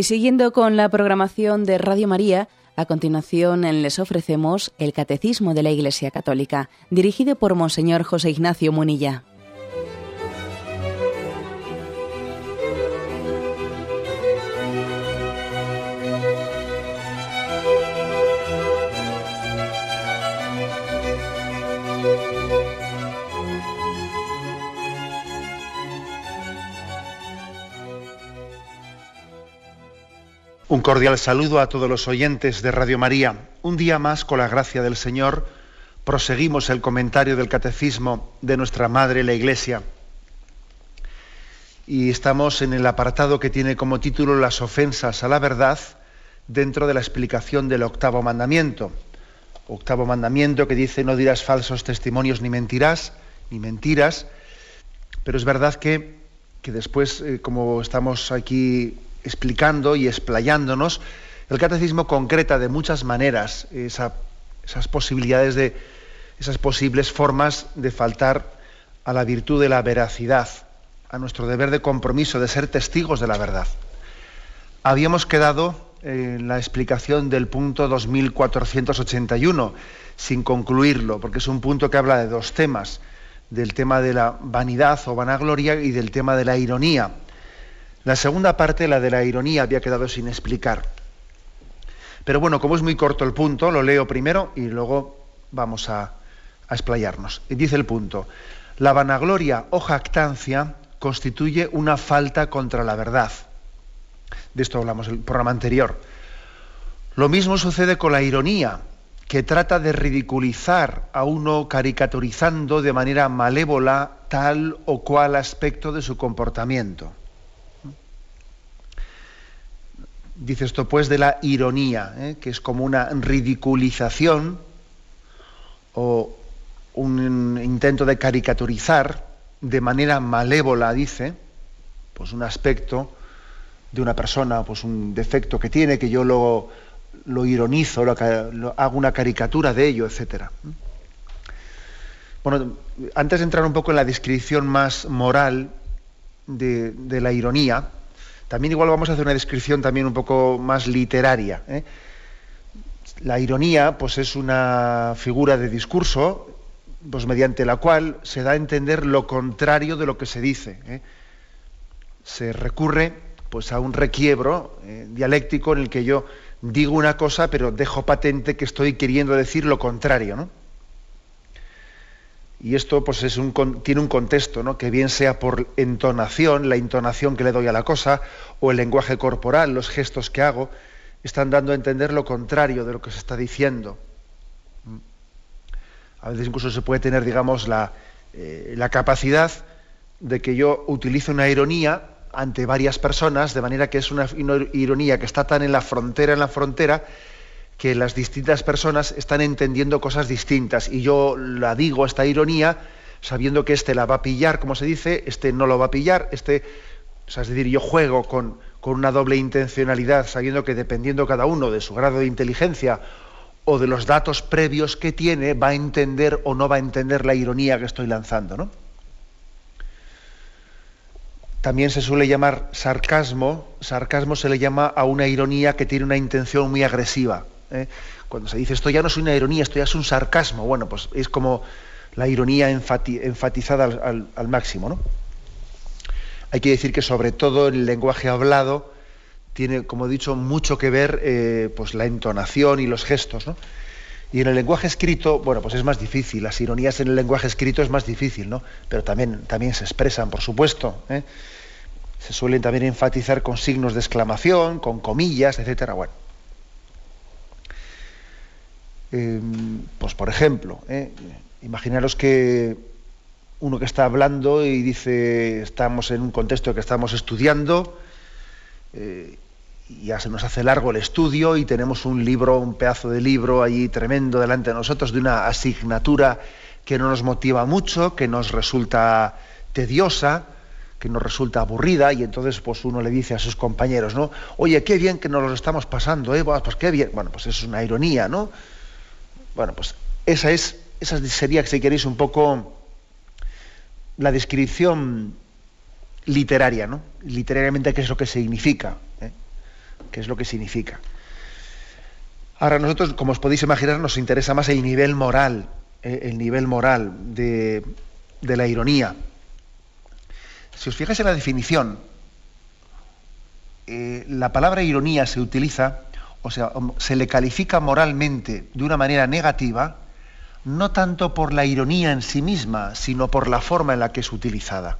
siguiendo con la programación de Radio María, a continuación les ofrecemos el Catecismo de la Iglesia Católica, dirigido por Monseñor José Ignacio Munilla. Un cordial saludo a todos los oyentes de Radio María. Un día más, con la gracia del Señor, proseguimos el comentario del Catecismo de nuestra Madre, la Iglesia. Y estamos en el apartado que tiene como título Las ofensas a la verdad, dentro de la explicación del octavo mandamiento. Octavo mandamiento que dice: no dirás falsos testimonios ni mentiras, pero es verdad que después, como estamos aquí explicando y explayándonos, el Catecismo concreta de muchas maneras esas posibilidades esas posibles formas de faltar a la virtud de la veracidad, a nuestro deber de compromiso de ser testigos de la verdad. Habíamos quedado en la explicación del punto 2481, sin concluirlo, porque es un punto que habla de dos temas, del tema de la vanidad o vanagloria y del tema de la ironía. La segunda parte, la de la ironía, había quedado sin explicar. Pero bueno, como es muy corto el punto, lo leo primero y luego vamos a explayarnos. Y dice el punto: la vanagloria o jactancia constituye una falta contra la verdad. De esto hablamos en el programa anterior. Lo mismo sucede con la ironía, que trata de ridiculizar a uno caricaturizando de manera malévola tal o cual aspecto de su comportamiento. Dice esto pues de la ironía, que es como una ridiculización o un intento de caricaturizar de manera malévola, dice, pues un aspecto de una persona, pues un defecto que tiene, que yo lo ironizo, hago una caricatura de ello, etcétera. Bueno, antes de entrar un poco en la descripción más moral de la ironía, también igual vamos a hacer una descripción también un poco más literaria. La ironía, pues es una figura de discurso, pues mediante la cual se da a entender lo contrario de lo que se dice. Se recurre pues a un requiebro dialéctico en el que yo digo una cosa, pero dejo patente que estoy queriendo decir lo contrario, ¿no? Y esto pues tiene un contexto, ¿no? Que bien sea por entonación, la entonación que le doy a la cosa, o el lenguaje corporal, los gestos que hago, están dando a entender lo contrario de lo que se está diciendo. A veces incluso se puede tener, digamos, la capacidad de que yo utilice una ironía ante varias personas, de manera que es una ironía que está tan en la frontera, que las distintas personas están entendiendo cosas distintas, y yo la digo, esta ironía, sabiendo que este la va a pillar, como se dice, este no lo va a pillar, es decir, yo juego con una doble intencionalidad, sabiendo que dependiendo cada uno de su grado de inteligencia o de los datos previos que tiene, va a entender o no va a entender la ironía que estoy lanzando, ¿no? También se suele llamar sarcasmo se le llama a una ironía que tiene una intención muy agresiva. Cuando se dice esto ya no es una ironía, esto ya es un sarcasmo, bueno, pues es como la ironía enfatizada al máximo, ¿no? Hay que decir que sobre todo el lenguaje hablado tiene, como he dicho, mucho que ver pues la entonación y los gestos, ¿no? Y en el lenguaje escrito, bueno, pues es más difícil, las ironías en el lenguaje escrito es más difícil, ¿no? Pero también se expresan, por supuesto, Se suelen también enfatizar con signos de exclamación, con comillas, etcétera. Bueno. Pues por ejemplo, imaginaros que uno que está hablando y dice, estamos en un contexto que estamos estudiando, y ya se nos hace largo el estudio y tenemos un pedazo de libro allí tremendo delante de nosotros, de una asignatura que no nos motiva mucho, que nos resulta tediosa, que nos resulta aburrida, y entonces pues uno le dice a sus compañeros, ¿no? Oye, qué bien que nos lo estamos pasando, pues qué bien. Bueno, pues eso es una ironía, ¿no? Bueno, pues esa sería, si queréis, un poco la descripción literaria, ¿no? Literariamente, ¿qué es lo que significa? que es lo que significa. Ahora nosotros, como os podéis imaginar, nos interesa más el nivel moral de la ironía. Si os fijáis en la definición, la palabra ironía se utiliza, o sea, se le califica moralmente de una manera negativa, no tanto por la ironía en sí misma, sino por la forma en la que es utilizada.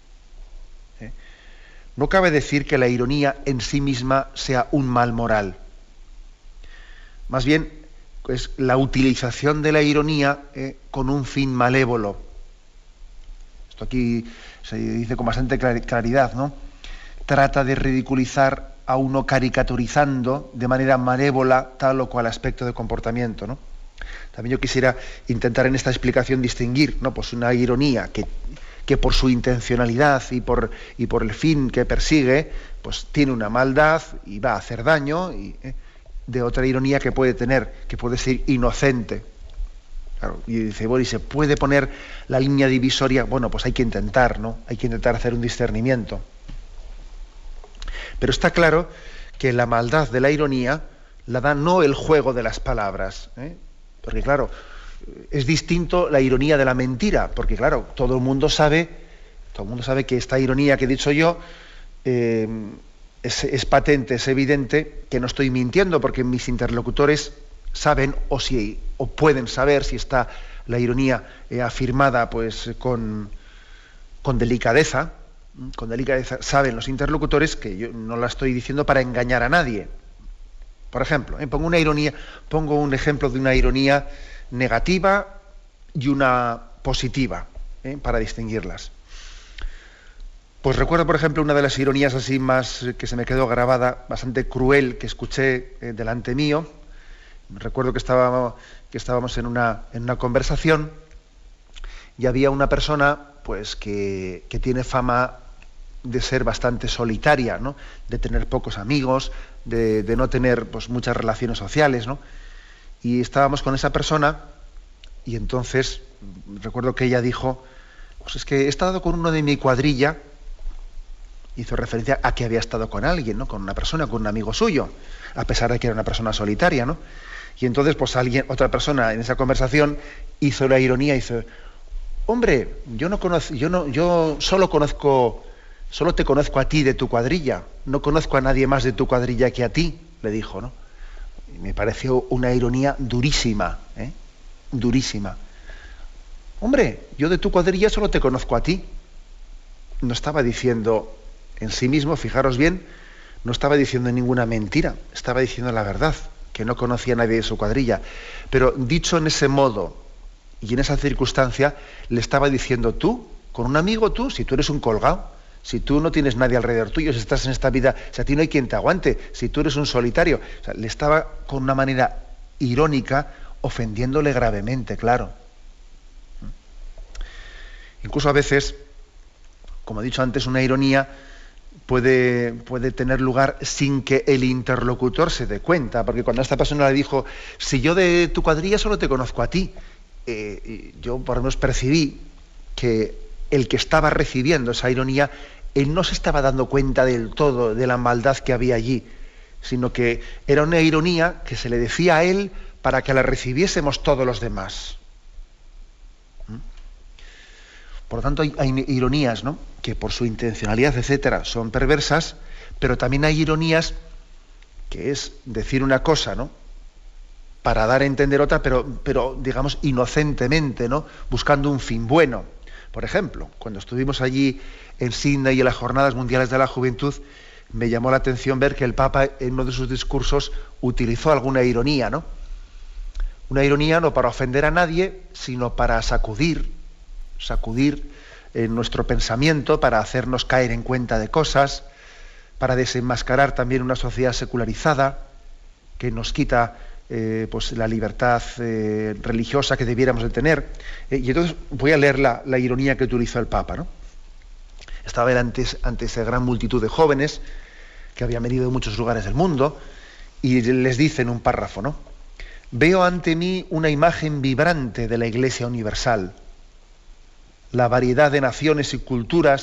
No cabe decir que la ironía en sí misma sea un mal moral. Más bien, es la utilización de la ironía con un fin malévolo. Esto aquí se dice con bastante claridad, ¿no? Trata de ridiculizar a uno caricaturizando de manera malévola tal o cual aspecto de comportamiento, ¿no? También yo quisiera intentar en esta explicación distinguir, ¿no? Pues una ironía que por su intencionalidad y por el fin que persigue, pues tiene una maldad y va a hacer daño, de otra ironía que puede ser inocente. Claro, y dice, bueno, ¿y se puede poner la línea divisoria? Bueno, pues hay que intentar, ¿no? Hay que intentar hacer un discernimiento. Pero está claro que la maldad de la ironía la da no el juego de las palabras, porque claro, es distinto la ironía de la mentira, porque claro, todo el mundo sabe que esta ironía que he dicho yo es patente, es evidente que no estoy mintiendo, porque mis interlocutores saben o pueden saber si está la ironía afirmada pues con delicadeza. Con delicadeza saben los interlocutores que yo no la estoy diciendo para engañar a nadie. Por ejemplo, pongo un ejemplo de una ironía negativa y una positiva, para distinguirlas. Pues recuerdo, por ejemplo, una de las ironías así más que se me quedó grabada, bastante cruel, que escuché delante mío. Recuerdo que estábamos en una conversación y había una persona pues que tiene fama de ser bastante solitaria, ¿no? De tener pocos amigos, de no tener pues muchas relaciones sociales, ¿no? Y estábamos con esa persona y entonces recuerdo que ella dijo, pues es que he estado con uno de mi cuadrilla, hizo referencia a que había estado con alguien, ¿no? Con una persona, con un amigo suyo, a pesar de que era una persona solitaria, ¿no? Y entonces pues otra persona en esa conversación hizo la ironía y dice, hombre, yo solo te conozco a ti de tu cuadrilla, no conozco a nadie más de tu cuadrilla que a ti, le dijo, ¿no? Y me pareció una ironía durísima, durísima. Hombre, yo de tu cuadrilla solo te conozco a ti. No estaba diciendo en sí mismo, fijaros bien, no estaba diciendo ninguna mentira, estaba diciendo la verdad, que no conocía a nadie de su cuadrilla. Pero dicho en ese modo y en esa circunstancia, le estaba diciendo tú, con un amigo tú, si tú eres un colgado, si tú no tienes nadie alrededor tuyo, si estás en esta vida, si a ti no hay quien te aguante, si tú eres un solitario. O sea, le estaba con una manera irónica ofendiéndole gravemente, claro. Incluso a veces, como he dicho antes, una ironía puede tener lugar sin que el interlocutor se dé cuenta, porque cuando esta persona le dijo, si yo de tu cuadrilla solo te conozco a ti, yo por lo menos percibí que el que estaba recibiendo esa ironía, él no se estaba dando cuenta del todo de la maldad que había allí, sino que era una ironía que se le decía a él para que la recibiésemos todos los demás. Por lo tanto, hay ironías, ¿no?, que por su intencionalidad, etcétera, son perversas, pero también hay ironías que es decir una cosa, ¿no?, para dar a entender otra, pero digamos inocentemente, ¿no?, buscando un fin bueno. Por ejemplo, cuando estuvimos allí en Sydney en las Jornadas Mundiales de la Juventud, me llamó la atención ver que el Papa en uno de sus discursos utilizó alguna ironía, ¿no? Una ironía no para ofender a nadie, sino para sacudir nuestro pensamiento, para hacernos caer en cuenta de cosas, para desenmascarar también una sociedad secularizada que nos quita pues la libertad religiosa que debiéramos de tener. Y entonces voy a leer la ironía que utilizó el Papa, ¿no? Estaba él ante esa gran multitud de jóvenes que habían venido de muchos lugares del mundo y les dice en un párrafo, ¿no? Veo ante mí una imagen vibrante de la Iglesia universal. La variedad de naciones y culturas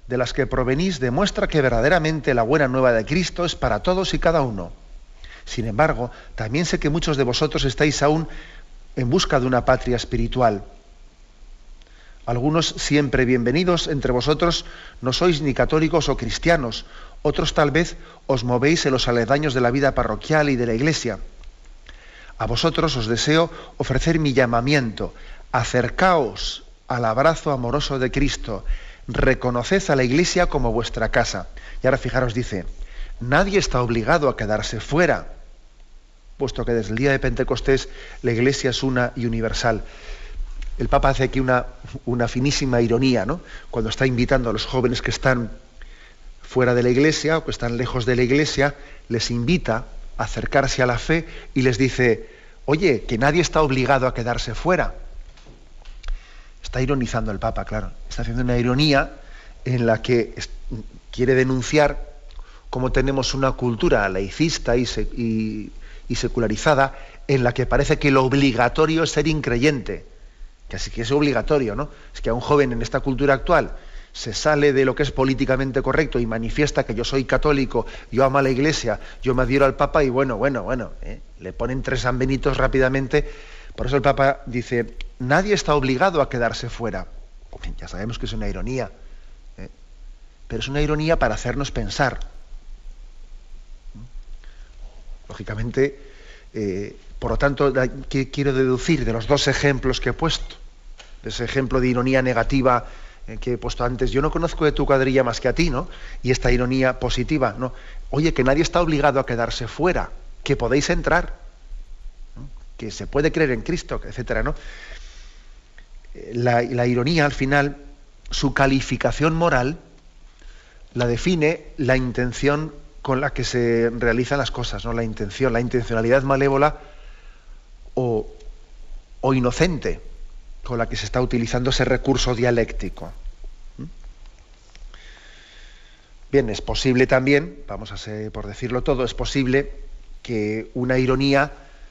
de las que provenís demuestra que verdaderamente la buena nueva de Cristo es para todos y cada uno. Sin embargo, también sé que muchos de vosotros estáis aún en busca de una patria espiritual. Algunos siempre bienvenidos entre vosotros no sois ni católicos o cristianos, otros tal vez os movéis en los aledaños de la vida parroquial y de la Iglesia. A vosotros os deseo ofrecer mi llamamiento. Acercaos al abrazo amoroso de Cristo. Reconoced a la Iglesia como vuestra casa. Y ahora fijaros, dice, nadie está obligado a quedarse fuera, puesto que desde el día de Pentecostés la Iglesia es una y universal. El Papa hace aquí una finísima ironía, ¿no? Cuando está invitando a los jóvenes que están fuera de la Iglesia o que están lejos de la Iglesia, les invita a acercarse a la fe y les dice, oye, que nadie está obligado a quedarse fuera. Está ironizando el Papa, claro. Está haciendo una ironía en la que quiere denunciar cómo tenemos una cultura laicista y secularizada en la que parece que lo obligatorio es ser increyente. Que así que es obligatorio, ¿no? Es que a un joven en esta cultura actual se sale de lo que es políticamente correcto y manifiesta que yo soy católico, yo amo a la Iglesia, yo me adhiero al Papa y bueno, le ponen 3 San Benitos rápidamente. Por eso el Papa dice, nadie está obligado a quedarse fuera. Ya sabemos que es una ironía, pero es una ironía para hacernos pensar. Lógicamente, por lo tanto, ¿qué quiero deducir de los 2 ejemplos que he puesto? De ese ejemplo de ironía negativa que he puesto antes. Yo no conozco de tu cuadrilla más que a ti, ¿no? Y esta ironía positiva, ¿no? Oye, que nadie está obligado a quedarse fuera, que podéis entrar, ¿no? Que se puede creer en Cristo, etcétera, ¿no? La ironía, al final, su calificación moral la define la intención con la que se realizan las cosas, ¿no? La intencionalidad malévola o inocente con la que se está utilizando ese recurso dialéctico. Bien, es posible también, por decirlo todo, es posible que una ironía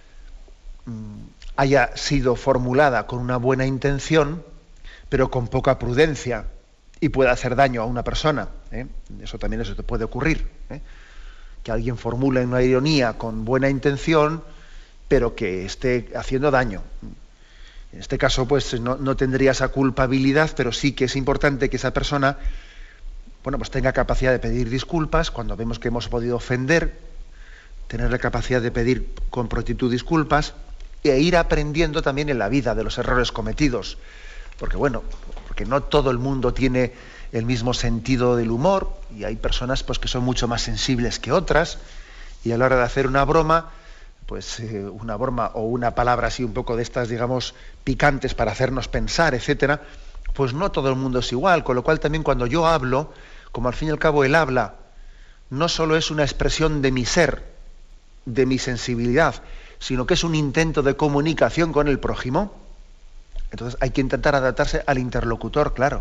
haya sido formulada con una buena intención, pero con poca prudencia y pueda hacer daño a una persona. Eso te puede ocurrir. Que alguien formule una ironía con buena intención, pero que esté haciendo daño. En este caso, pues no tendría esa culpabilidad, pero sí que es importante que esa persona, pues tenga capacidad de pedir disculpas cuando vemos que hemos podido ofender, tener la capacidad de pedir con prontitud disculpas e ir aprendiendo también en la vida de los errores cometidos. Porque no todo el mundo tiene el mismo sentido del humor y hay personas pues que son mucho más sensibles que otras y a la hora de hacer una broma, una broma o una palabra así un poco de estas, digamos, picantes para hacernos pensar, etcétera, pues no todo el mundo es igual, con lo cual también cuando yo hablo, como al fin y al cabo el habla no solo es una expresión de mi ser, de mi sensibilidad, sino que es un intento de comunicación con el prójimo, entonces hay que intentar adaptarse al interlocutor, claro.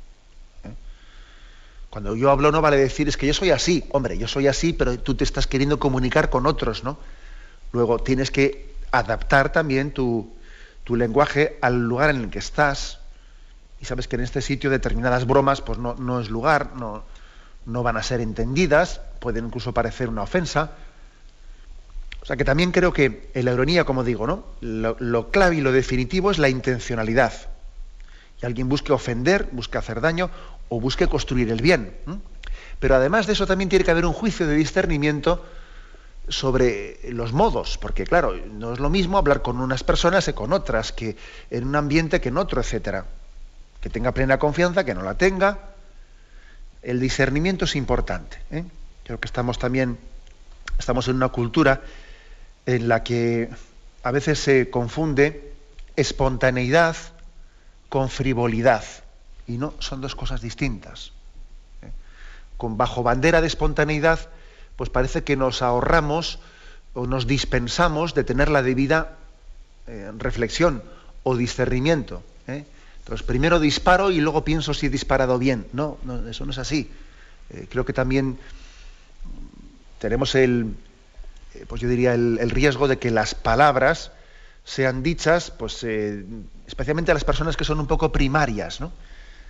Cuando yo hablo no vale decir, es que yo soy así. Hombre, yo soy así, pero tú te estás queriendo comunicar con otros, ¿no? Luego tienes que adaptar también tu lenguaje al lugar en el que estás. Y sabes que en este sitio determinadas bromas pues no es lugar, no van a ser entendidas, pueden incluso parecer una ofensa. O sea que también creo que en la ironía, como digo, ¿no? Lo clave y lo definitivo es la intencionalidad. Y alguien busque ofender, busque hacer daño o busque construir el bien. Pero además de eso también tiene que haber un juicio de discernimiento sobre los modos, porque claro, no es lo mismo hablar con unas personas que con otras, que en un ambiente que en otro, etcétera. Que tenga plena confianza, que no la tenga. El discernimiento es importante. Creo que estamos en una cultura en la que a veces se confunde espontaneidad con frivolidad. Y no, son 2 cosas distintas. Bajo bandera de espontaneidad, pues parece que nos ahorramos o nos dispensamos de tener la debida reflexión o discernimiento. Entonces, primero disparo y luego pienso si he disparado bien. No, eso no es así. Creo que también tenemos el riesgo de que las palabras sean dichas, especialmente a las personas que son un poco primarias, ¿no?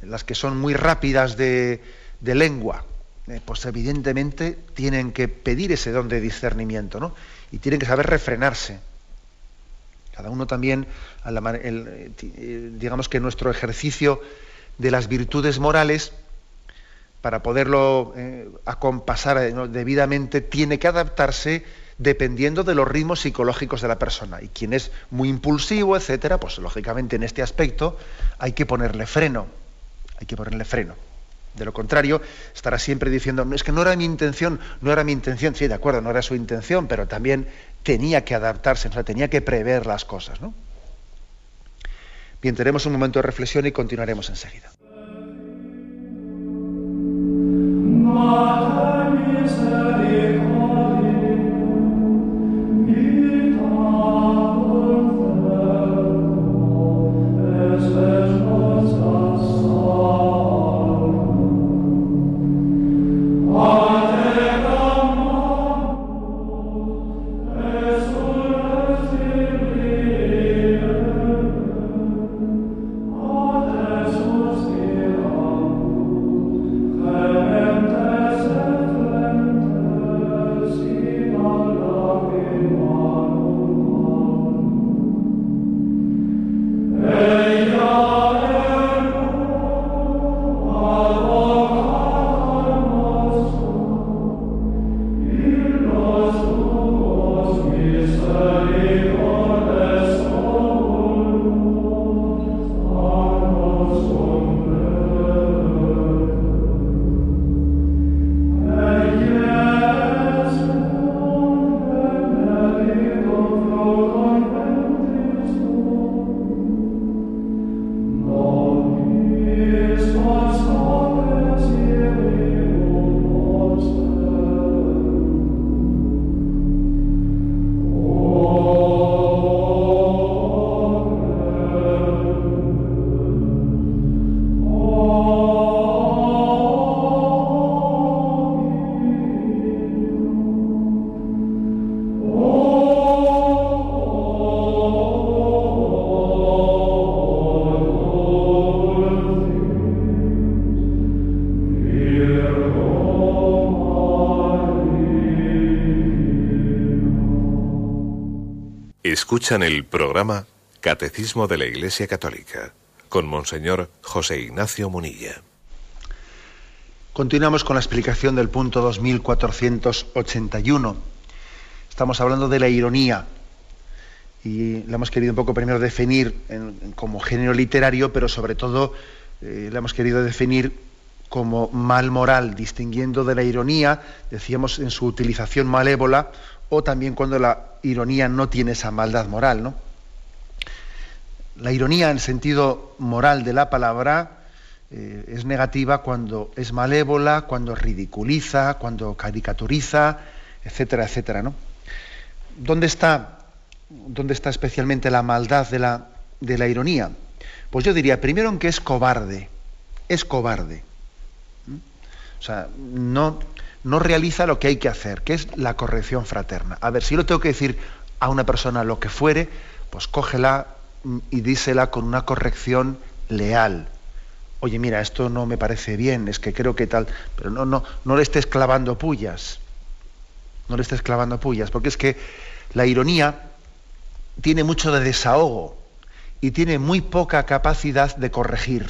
las que son muy rápidas de lengua, pues evidentemente tienen que pedir ese don de discernimiento, ¿no? Y tienen que saber refrenarse. Cada uno también, digamos que nuestro ejercicio de las virtudes morales, para poderlo acompasar, ¿no?, debidamente, tiene que adaptarse dependiendo de los ritmos psicológicos de la persona. Y quien es muy impulsivo, etcétera, pues lógicamente en este aspecto hay que ponerle freno. Hay que ponerle freno. De lo contrario, estará siempre diciendo, es que no era mi intención. Sí, de acuerdo, no era su intención, pero también tenía que adaptarse, o sea, tenía que prever las cosas, ¿no? Bien, tenemos un momento de reflexión y continuaremos enseguida. Escuchan el programa Catecismo de la Iglesia Católica con Monseñor José Ignacio Munilla. Continuamos con la explicación del punto 2481. Estamos hablando de la ironía y la hemos querido un poco primero definir como género literario, pero sobre todo la hemos querido definir como mal moral, distinguiendo de la ironía, decíamos, en su utilización malévola, o también cuando la ironía no tiene esa maldad moral, ¿no? La ironía, en el sentido moral de la palabra, es negativa cuando es malévola, cuando ridiculiza, cuando caricaturiza, etcétera, etcétera, ¿no? ¿Dónde está especialmente la maldad de la ironía? Pues yo diría, primero, en que es cobarde. Es cobarde. O sea, no realiza lo que hay que hacer, que es la corrección fraterna. A ver, si yo tengo que decir a una persona lo que fuere, pues cógela y dísela con una corrección leal. Oye, mira, esto no me parece bien, es que creo que tal, pero no le estés clavando pullas. No le estés clavando pullas, porque es que la ironía tiene mucho de desahogo y tiene muy poca capacidad de corregir.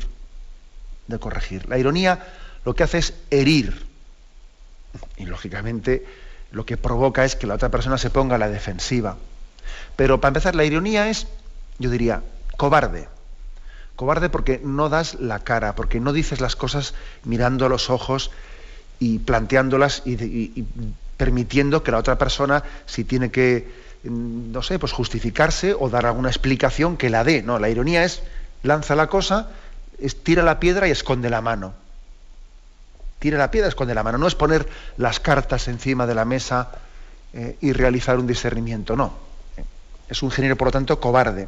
La ironía lo que hace es herir. Y lógicamente lo que provoca es que la otra persona se ponga a la defensiva. Pero para empezar, la ironía es, yo diría, cobarde. Cobarde porque no das la cara, porque no dices las cosas mirando a los ojos y planteándolas y permitiendo que la otra persona, si tiene que, no sé, pues justificarse o dar alguna explicación, que la dé. No, la ironía es, lanza la cosa, tira la piedra y esconde la mano. Tira la piedra, esconde la mano. No es poner las cartas encima de la mesa y realizar un discernimiento, no. Es un género, por lo tanto, cobarde.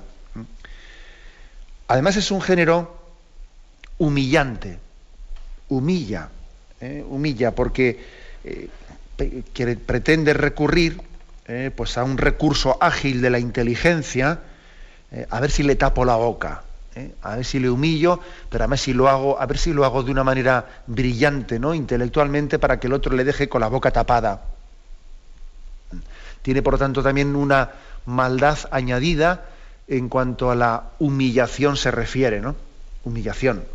Además es un género humillante. Humilla porque pretende recurrir pues a un recurso ágil de la inteligencia, a ver si le tapo la boca. A ver si le humillo, pero a ver si lo hago de una manera brillante, ¿no? Intelectualmente, para que el otro le deje con la boca tapada. Tiene, por lo tanto, también una maldad añadida en cuanto a la humillación se refiere, ¿no? Humillación.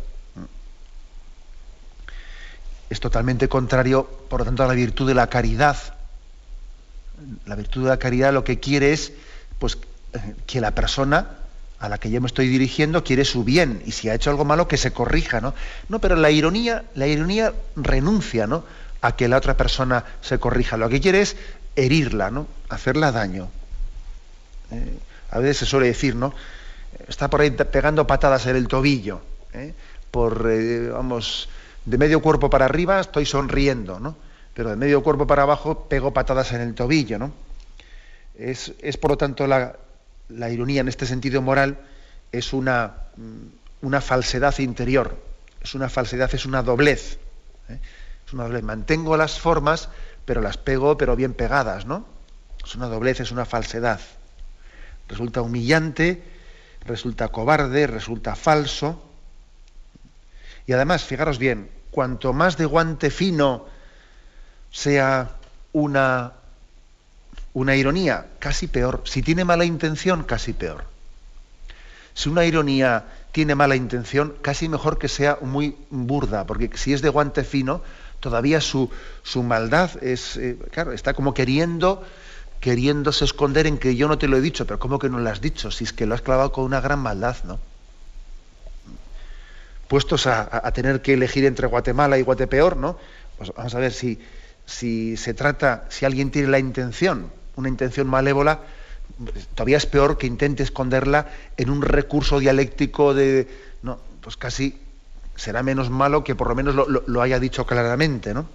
Es totalmente contrario, por lo tanto, a la virtud de la caridad. La virtud de la caridad lo que quiere es, pues, que la persona a la que yo me estoy dirigiendo quiere su bien, y si ha hecho algo malo, que se corrija, ¿no? No, pero la ironía renuncia, ¿no?, a que la otra persona se corrija. Lo que quiere es herirla, ¿no?, hacerla daño. A veces se suele decir, ¿no?, está por ahí pegando patadas en el tobillo, de medio cuerpo para arriba estoy sonriendo, ¿no?, pero de medio cuerpo para abajo pego patadas en el tobillo, ¿no? Es por lo tanto la ironía en este sentido moral es una falsedad interior, es una falsedad, es una doblez. Es una doblez. Mantengo las formas, pero las pego, pero bien pegadas, ¿no? Es una doblez, es una falsedad. Resulta humillante, resulta cobarde, resulta falso. Y además, fijaros bien, cuanto más de guante fino sea una ironía, casi peor. Si tiene mala intención, casi peor. Si una ironía tiene mala intención, casi mejor que sea muy burda, porque si es de guante fino, todavía su maldad es, claro, está como queriéndose esconder en que yo no te lo he dicho, pero ¿cómo que no lo has dicho? Si es que lo has clavado con una gran maldad, ¿no? Puestos a tener que elegir entre Guatemala y Guatepeor, ¿no? Pues vamos a ver si alguien tiene la intención, una intención malévola, todavía es peor que intente esconderla en un recurso dialéctico no, pues casi será menos malo que por lo menos lo haya dicho claramente, ¿no?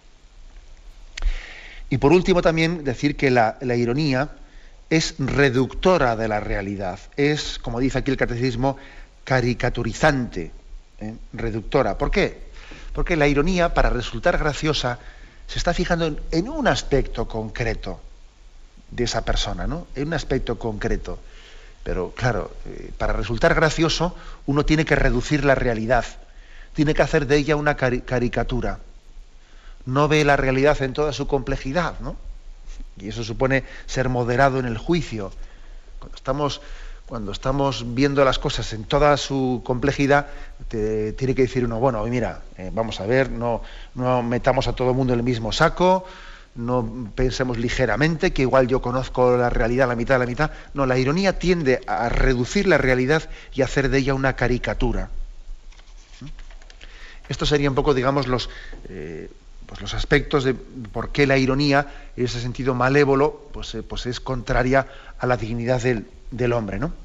Y por último también decir que la ironía es reductora de la realidad, es, como dice aquí el catecismo, caricaturizante, reductora. ¿Por qué? Porque la ironía, para resultar graciosa, se está fijando en un aspecto concreto de esa persona, ¿no? En un aspecto concreto. Pero claro, para resultar gracioso uno tiene que reducir la realidad, tiene que hacer de ella una caricatura. No ve la realidad en toda su complejidad, ¿no? Y eso supone ser moderado en el juicio. Cuando estamos viendo las cosas en toda su complejidad, tiene que decir uno, bueno, mira, vamos a ver, no metamos a todo el mundo en el mismo saco, no pensemos ligeramente, que igual yo conozco la realidad, la mitad de la mitad. No, la ironía tiende a reducir la realidad y hacer de ella una caricatura. Estos serían un poco, digamos, los aspectos de por qué la ironía, en ese sentido malévolo, pues es contraria a la dignidad del hombre, ¿no?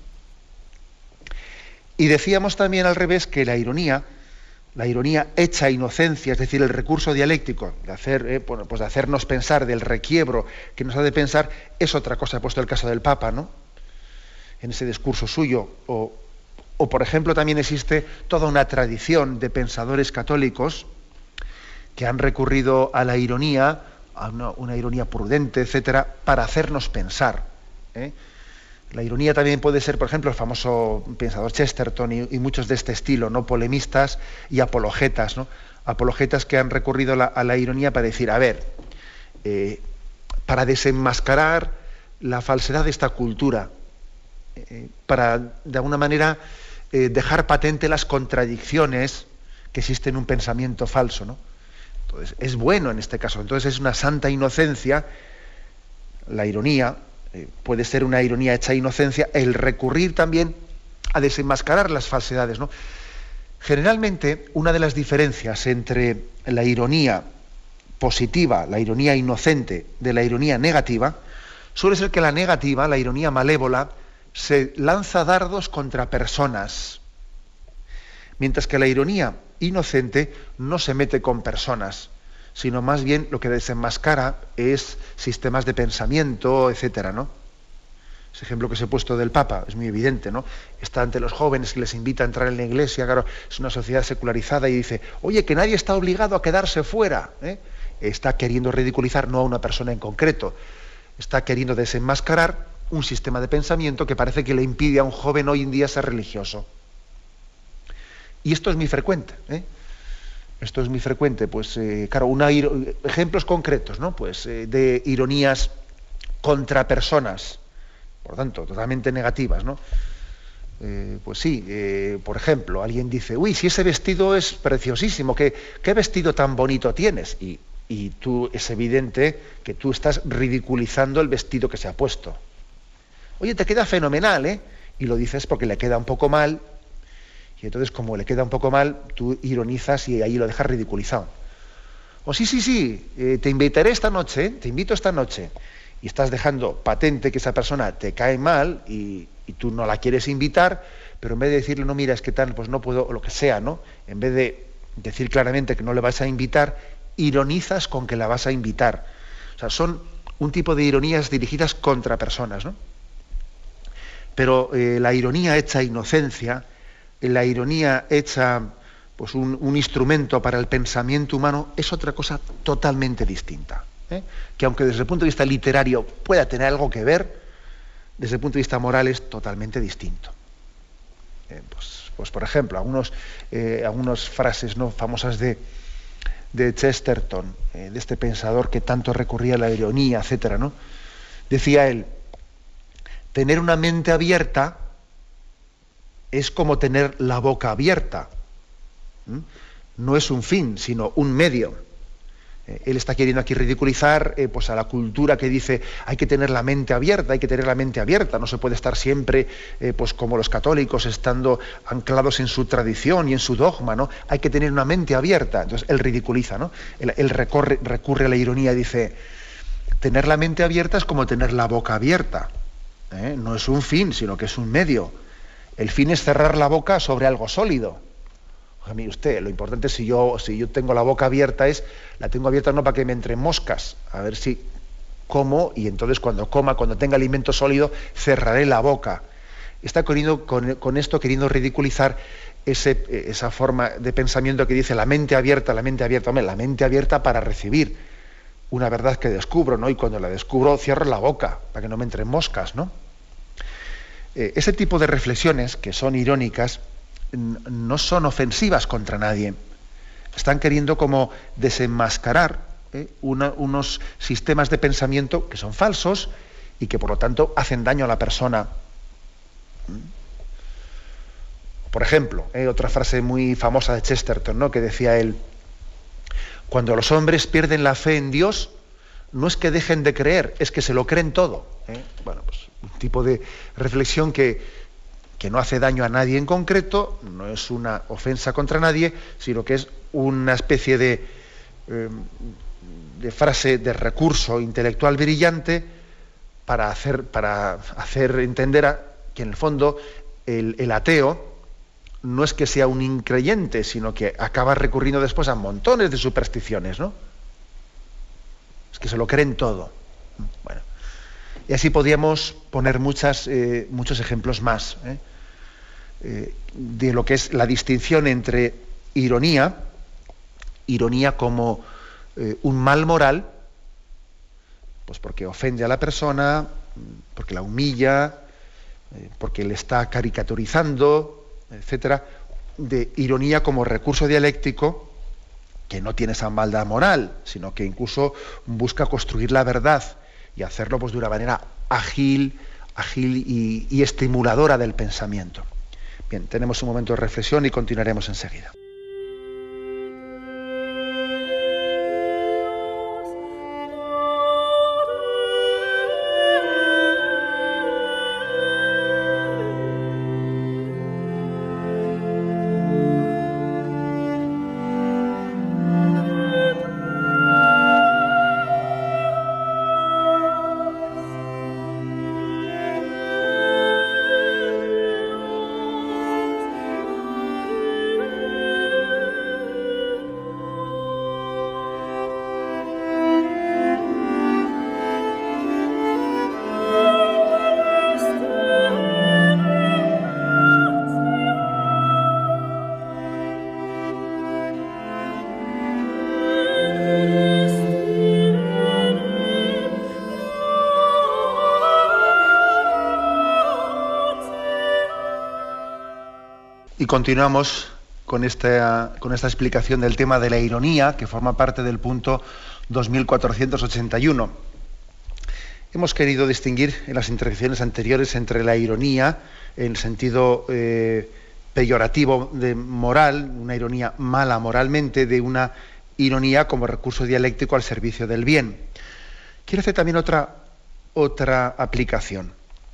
Y decíamos también al revés que la ironía hecha inocencia, es decir, el recurso dialéctico de hacernos pensar, del requiebro que nos hace pensar, es otra cosa. He puesto el caso del Papa, ¿no?, en ese discurso suyo, o por ejemplo también existe toda una tradición de pensadores católicos que han recurrido a la ironía, a una ironía prudente, etcétera, para hacernos pensar. La ironía también puede ser, por ejemplo, el famoso pensador Chesterton y muchos de este estilo, ¿no?, polemistas y apologetas, ¿no? Apologetas que han recurrido a la ironía para decir, a ver, para desenmascarar la falsedad de esta cultura, para, de alguna manera, dejar patente las contradicciones que existen en un pensamiento falso, ¿no? Entonces, es bueno en este caso. Entonces, es una santa inocencia, la ironía. Puede ser una ironía hecha inocencia, el recurrir también a desenmascarar las falsedades, ¿no? Generalmente, una de las diferencias entre la ironía positiva, la ironía inocente, de la ironía negativa, suele ser que la negativa, la ironía malévola, se lanza dardos contra personas, mientras que la ironía inocente no se mete con personas, sino más bien lo que desenmascara es sistemas de pensamiento, etcétera, ¿no? Ese ejemplo que os he puesto del Papa es muy evidente, ¿no? Está ante los jóvenes que les invita a entrar en la iglesia, claro, es una sociedad secularizada, y dice, oye, que nadie está obligado a quedarse fuera, ¿eh? Está queriendo ridiculizar no a una persona en concreto, está queriendo desenmascarar un sistema de pensamiento que parece que le impide a un joven hoy en día ser religioso. Y esto es muy frecuente, ¿eh? Esto es muy frecuente, pues claro, ejemplos concretos, ¿no? Pues de ironías contra personas, por tanto, totalmente negativas, ¿no? Pues sí, por ejemplo, alguien dice, uy, si ese vestido es preciosísimo, ¿qué vestido tan bonito tienes? Y tú, es evidente que tú estás ridiculizando el vestido que se ha puesto. Oye, te queda fenomenal, ¿eh? Y lo dices porque le queda un poco mal, y entonces como le queda un poco mal, tú ironizas y ahí lo dejas ridiculizado. O sí, te invitaré esta noche, ¿eh? Te invito esta noche. Y estás dejando patente que esa persona te cae mal y tú no la quieres invitar, pero en vez de decirle, no, mira, es que tal, pues no puedo, o lo que sea, ¿no? En vez de decir claramente que no le vas a invitar, ironizas con que la vas a invitar. O sea, son un tipo de ironías dirigidas contra personas, ¿no? Pero la ironía hecha inocencia, la ironía hecha pues un instrumento para el pensamiento humano, es otra cosa totalmente distinta. Que aunque desde el punto de vista literario pueda tener algo que ver, desde el punto de vista moral es totalmente distinto. Pues por ejemplo, algunas frases, ¿no?, famosas de Chesterton, de este pensador que tanto recurría a la ironía, etcétera, ¿no? Decía él, tener una mente abierta es como tener la boca abierta. No es un fin, sino un medio. Él está queriendo aquí ridiculizar pues a la cultura que dice hay que tener la mente abierta, no se puede estar siempre pues como los católicos, estando anclados en su tradición y en su dogma, ¿no? Hay que tener una mente abierta. Entonces él ridiculiza, ¿no? Él recurre a la ironía y dice, tener la mente abierta es como tener la boca abierta. No es un fin, sino que es un medio. El fin es cerrar la boca sobre algo sólido. Mire usted, lo importante es si yo tengo la boca abierta, la tengo abierta no para que me entren moscas, a ver si como, y entonces cuando tenga alimento sólido, cerraré la boca. Está con esto queriendo ridiculizar esa forma de pensamiento que dice la mente abierta. Hombre, la mente abierta para recibir una verdad que descubro, ¿no? Y cuando la descubro, cierro la boca para que no me entren moscas, ¿no? Ese tipo de reflexiones, que son irónicas, no son ofensivas contra nadie. Están queriendo como desenmascarar unos sistemas de pensamiento que son falsos y que por lo tanto hacen daño a la persona. Por ejemplo, otra frase muy famosa de Chesterton, ¿no?, que decía él, cuando los hombres pierden la fe en Dios, no es que dejen de creer, es que se lo creen todo. Bueno, pues un tipo de reflexión que no hace daño a nadie en concreto, no es una ofensa contra nadie, sino que es una especie de frase, de recurso intelectual brillante para hacer entender que en el fondo el ateo no es que sea un increyente, sino que acaba recurriendo después a montones de supersticiones, ¿no? Es que se lo creen todo. Bueno, y así podríamos poner muchos ejemplos más, de lo que es la distinción entre ironía como un mal moral, pues porque ofende a la persona, porque la humilla, porque le está caricaturizando, etcétera, de ironía como recurso dialéctico que no tiene esa maldad moral, sino que incluso busca construir la verdad y hacerlo pues de una manera ágil y estimuladora del pensamiento. Bien, tenemos un momento de reflexión y continuaremos enseguida. Y continuamos con esta explicación del tema de la ironía, que forma parte del punto 2481. Hemos querido distinguir en las intervenciones anteriores entre la ironía, en el sentido peyorativo de moral, una ironía mala moralmente, de una ironía como recurso dialéctico al servicio del bien. Quiero hacer también otra aplicación.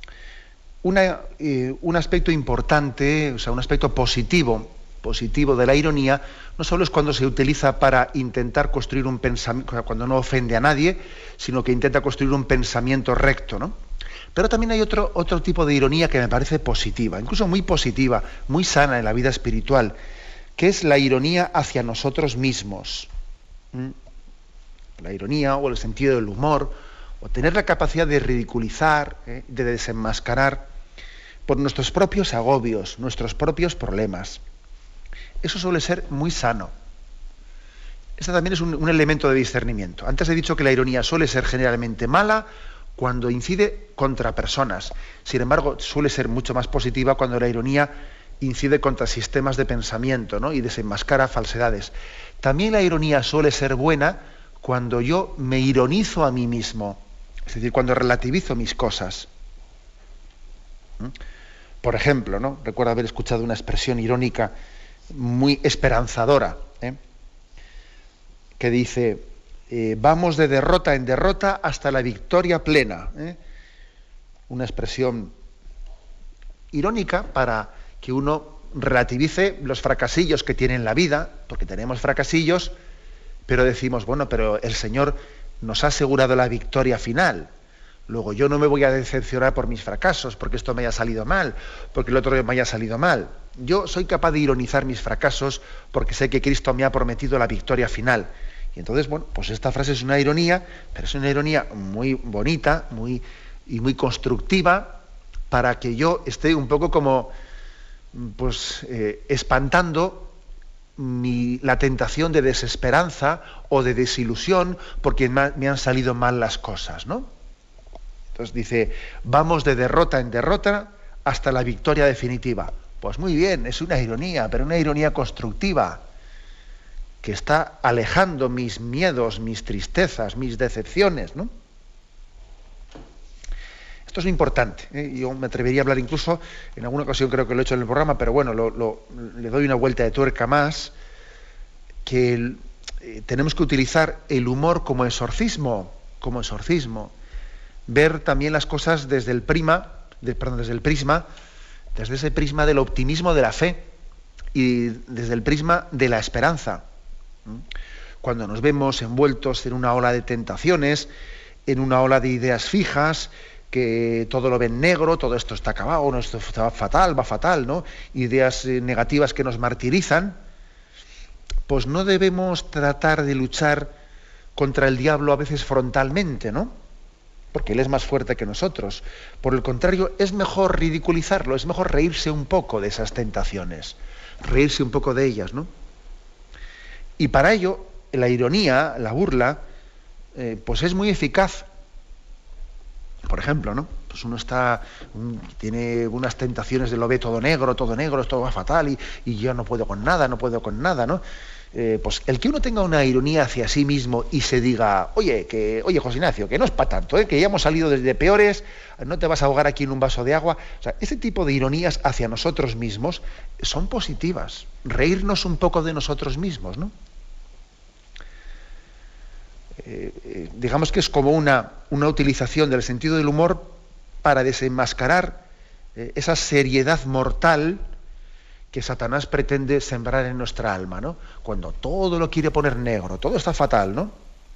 Un aspecto importante, o sea, un aspecto positivo de la ironía, no solo es cuando se utiliza para intentar construir un pensamiento, cuando no ofende a nadie, sino que intenta construir un pensamiento recto, ¿no? Pero también hay otro tipo de ironía que me parece positiva, incluso muy positiva, muy sana en la vida espiritual, que es la ironía hacia nosotros mismos. La ironía o el sentido del humor, o tener la capacidad de ridiculizar, de desenmascarar por nuestros propios agobios, nuestros propios problemas. Eso suele ser muy sano. Este también es un elemento de discernimiento. Antes he dicho que la ironía suele ser generalmente mala cuando incide contra personas. Sin embargo, suele ser mucho más positiva cuando la ironía incide contra sistemas de pensamiento, ¿no? Y desenmascara falsedades. También la ironía suele ser buena cuando yo me ironizo a mí mismo, es decir, cuando relativizo mis cosas. Por ejemplo, ¿no? Recuerdo haber escuchado una expresión irónica muy esperanzadora, que dice, vamos de derrota en derrota hasta la victoria plena. Una expresión irónica para que uno relativice los fracasillos que tiene en la vida, porque tenemos fracasillos, pero decimos, bueno, pero el Señor nos ha asegurado la victoria final. Luego yo no me voy a decepcionar por mis fracasos, porque esto me haya salido mal, porque el otro me haya salido mal. Yo soy capaz de ironizar mis fracasos porque sé que Cristo me ha prometido la victoria final. Y entonces, bueno, pues esta frase es una ironía, pero es una ironía muy bonita, muy constructiva, para que yo esté un poco como, pues, espantando la tentación de desesperanza o de desilusión porque me han salido mal las cosas, ¿no? Entonces dice, vamos de derrota en derrota hasta la victoria definitiva. Pues muy bien, es una ironía, pero una ironía constructiva, que está alejando mis miedos, mis tristezas, mis decepciones, ¿no? Esto es importante, ¿eh? Yo me atrevería a hablar incluso, en alguna ocasión creo que lo he hecho en el programa, pero bueno, le doy una vuelta de tuerca más, que tenemos que utilizar el humor como exorcismo, ver también las cosas desde ese prisma del optimismo de la fe y desde el prisma de la esperanza. Cuando nos vemos envueltos en una ola de tentaciones, en una ola de ideas fijas, que todo lo ven negro, todo esto está acabado, no, esto va fatal, ¿no? Ideas negativas que nos martirizan, pues no debemos tratar de luchar contra el diablo a veces frontalmente, ¿no? Porque él es más fuerte que nosotros. Por el contrario, es mejor ridiculizarlo, es mejor reírse un poco de esas tentaciones, reírse un poco de ellas, ¿no? Y para ello, la ironía, la burla, pues es muy eficaz. Por ejemplo, ¿no? Pues uno tiene unas tentaciones de lo ve todo negro, esto va fatal y yo no puedo con nada, ¿no? Pues el que uno tenga una ironía hacia sí mismo y se diga, oye, José Ignacio, que no es para tanto, que ya hemos salido desde peores, no te vas a ahogar aquí en un vaso de agua. O sea, este tipo de ironías hacia nosotros mismos son positivas. Reírnos un poco de nosotros mismos, ¿no? Digamos que es como una utilización del sentido del humor para desenmascarar esa seriedad mortal que Satanás pretende sembrar en nuestra alma, ¿no? Cuando todo lo quiere poner negro, todo está fatal, ¿no?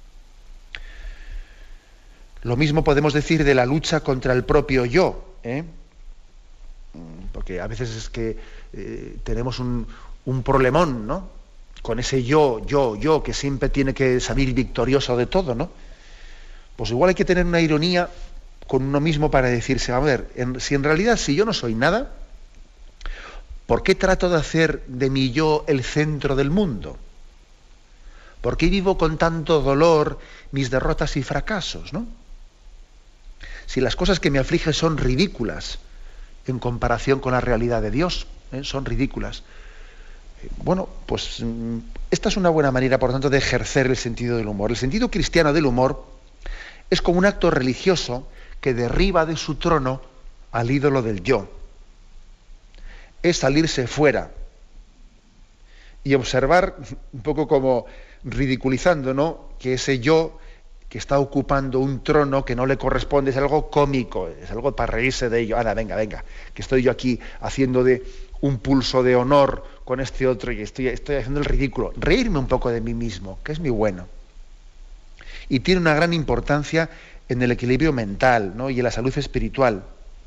Lo mismo podemos decir de la lucha contra el propio yo, porque a veces es que tenemos un problemón, ¿no? Con ese yo, que siempre tiene que salir victorioso de todo, ¿no? Pues igual hay que tener una ironía con uno mismo para decirse, a ver, si yo no soy nada, ¿por qué trato de hacer de mi yo el centro del mundo? ¿Por qué vivo con tanto dolor mis derrotas y fracasos, ¿no? Si las cosas que me afligen son ridículas en comparación con la realidad de Dios, son ridículas. Bueno, pues esta es una buena manera, por tanto, de ejercer el sentido del humor. El sentido cristiano del humor es como un acto religioso que derriba de su trono al ídolo del yo. Es salirse fuera y observar, un poco como ridiculizando, ¿no?, que ese yo que está ocupando un trono que no le corresponde es algo cómico, es algo para reírse de ello. Ahora, venga, que estoy yo aquí haciendo de un pulso de honor con este otro y estoy haciendo el ridículo. Reírme un poco de mí mismo, que es muy bueno. Y tiene una gran importancia en el equilibrio mental, ¿no?, y en la salud espiritual.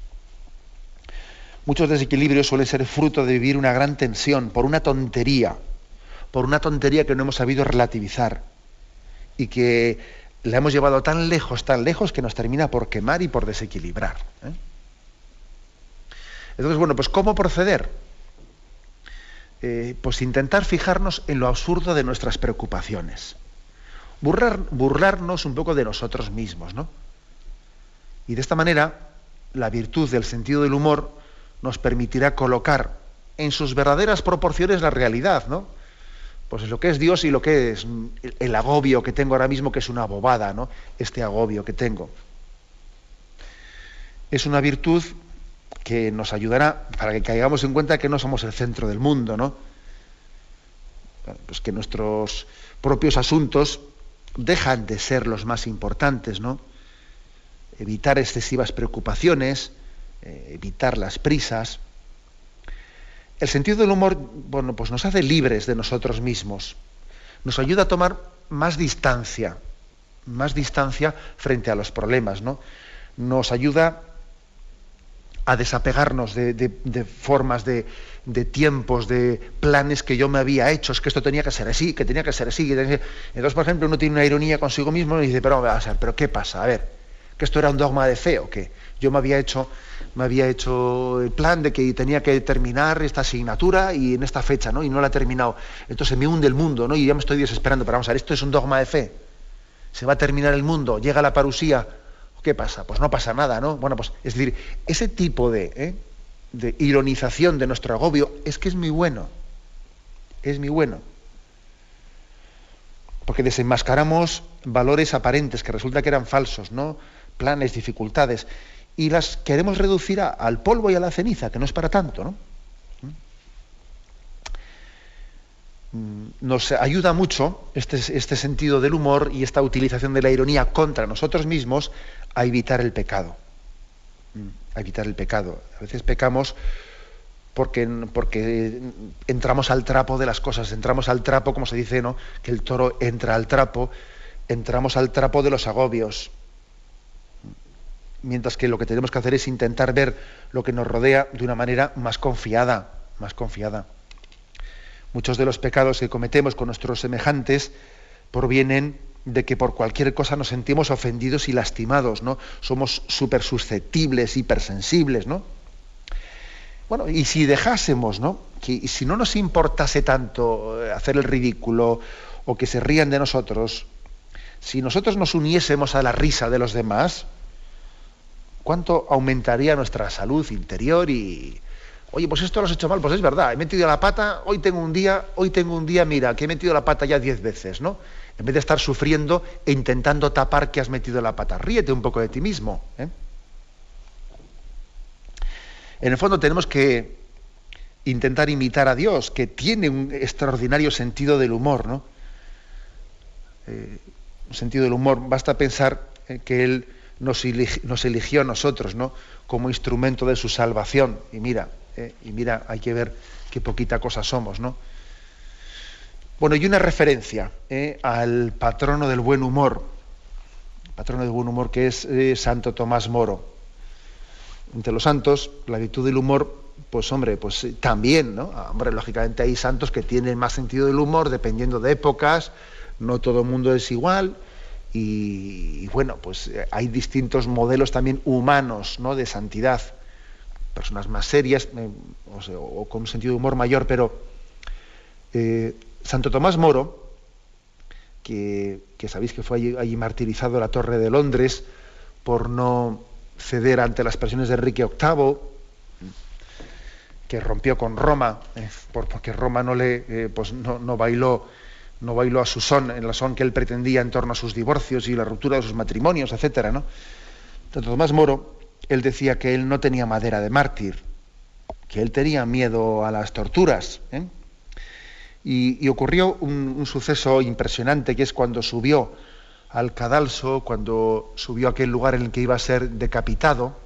Muchos desequilibrios suelen ser fruto de vivir una gran tensión por una tontería que no hemos sabido relativizar y que la hemos llevado tan lejos que nos termina por quemar y por desequilibrar. Entonces, bueno, pues ¿cómo proceder? Pues intentar fijarnos en lo absurdo de nuestras preocupaciones. Burlarnos un poco de nosotros mismos, ¿no? Y de esta manera, la virtud del sentido del humor nos permitirá colocar en sus verdaderas proporciones la realidad, ¿no? Pues lo que es Dios y lo que es el agobio que tengo ahora mismo, que es una bobada, ¿no?, este agobio que tengo. Es una virtud que nos ayudará para que caigamos en cuenta que no somos el centro del mundo, ¿no? Pues que nuestros propios asuntos dejan de ser los más importantes, ¿no? Evitar excesivas preocupaciones, evitar las prisas. El sentido del humor, bueno, pues nos hace libres de nosotros mismos, nos ayuda a tomar más distancia frente a los problemas, ¿no? Nos ayuda a desapegarnos de formas, de tiempos, de planes que yo me había hecho, es que esto tenía que ser así, que tenía que ser así. Entonces, por ejemplo, uno tiene una ironía consigo mismo y dice, pero ¿qué pasa? A ver, ¿que esto era un dogma de fe o qué? Yo me había hecho el plan de que tenía que terminar esta asignatura y en esta fecha, ¿no?, y no la he terminado. Entonces me hunde el mundo, ¿no?, y ya me estoy desesperando. Pero vamos a ver, esto es un dogma de fe. Se va a terminar el mundo, llega la parusía. ¿Qué pasa? Pues no pasa nada, ¿no? Bueno, pues es decir, ese tipo de ironización de nuestro agobio es que es muy bueno. Es muy bueno. Porque desenmascaramos valores aparentes que resulta que eran falsos, ¿no? Planes, dificultades, y las queremos reducir al polvo y a la ceniza, que no es para tanto, ¿no? Nos ayuda mucho este sentido del humor y esta utilización de la ironía contra nosotros mismos a evitar el pecado. A evitar el pecado. A veces pecamos porque entramos al trapo de las cosas, entramos al trapo, como se dice, ¿no?, que el toro entra al trapo, entramos al trapo de los agobios. Mientras que lo que tenemos que hacer es intentar ver lo que nos rodea de una manera más confiada. Muchos de los pecados que cometemos con nuestros semejantes provienen de que por cualquier cosa nos sentimos ofendidos y lastimados, ¿no? Somos súper susceptibles, hipersensibles, ¿no? Bueno, y si dejásemos, ¿no?, y si no nos importase tanto hacer el ridículo o que se rían de nosotros, si nosotros nos uniésemos a la risa de los demás, ¿cuánto aumentaría nuestra salud interior? Y, oye, pues esto lo has hecho mal, pues es verdad, he metido la pata, hoy tengo un día, mira, que he metido la pata ya 10 veces, ¿no? En vez de estar sufriendo e intentando tapar que has metido la pata, ríete un poco de ti mismo, ¿eh? En el fondo tenemos que intentar imitar a Dios, que tiene un extraordinario sentido del humor, ¿no? Un sentido del humor, basta pensar que Él nos eligió a nosotros, ¿no?, como instrumento de su salvación. Y mira, hay que ver qué poquita cosa somos, ¿no? Bueno, y una referencia al patrono del buen humor, que es Santo Tomás Moro. Entre los santos, la virtud del humor, pues hombre, pues también, ¿no? Hombre, lógicamente hay santos que tienen más sentido del humor dependiendo de épocas, no todo el mundo es igual. Y bueno, pues hay distintos modelos también humanos, ¿no?, de santidad. Personas más serias o con un sentido de humor mayor, pero Santo Tomás Moro, que sabéis que fue allí martirizado en la Torre de Londres por no ceder ante las presiones de Enrique VIII, que rompió con Roma, porque Roma no bailó a su son, en la son que él pretendía en torno a sus divorcios y la ruptura de sus matrimonios, etcétera, ¿no? Santo Tomás Moro, él decía que él no tenía madera de mártir, que él tenía miedo a las torturas, ¿eh? Y ocurrió un suceso impresionante, que es cuando subió al cadalso, cuando subió a aquel lugar en el que iba a ser decapitado.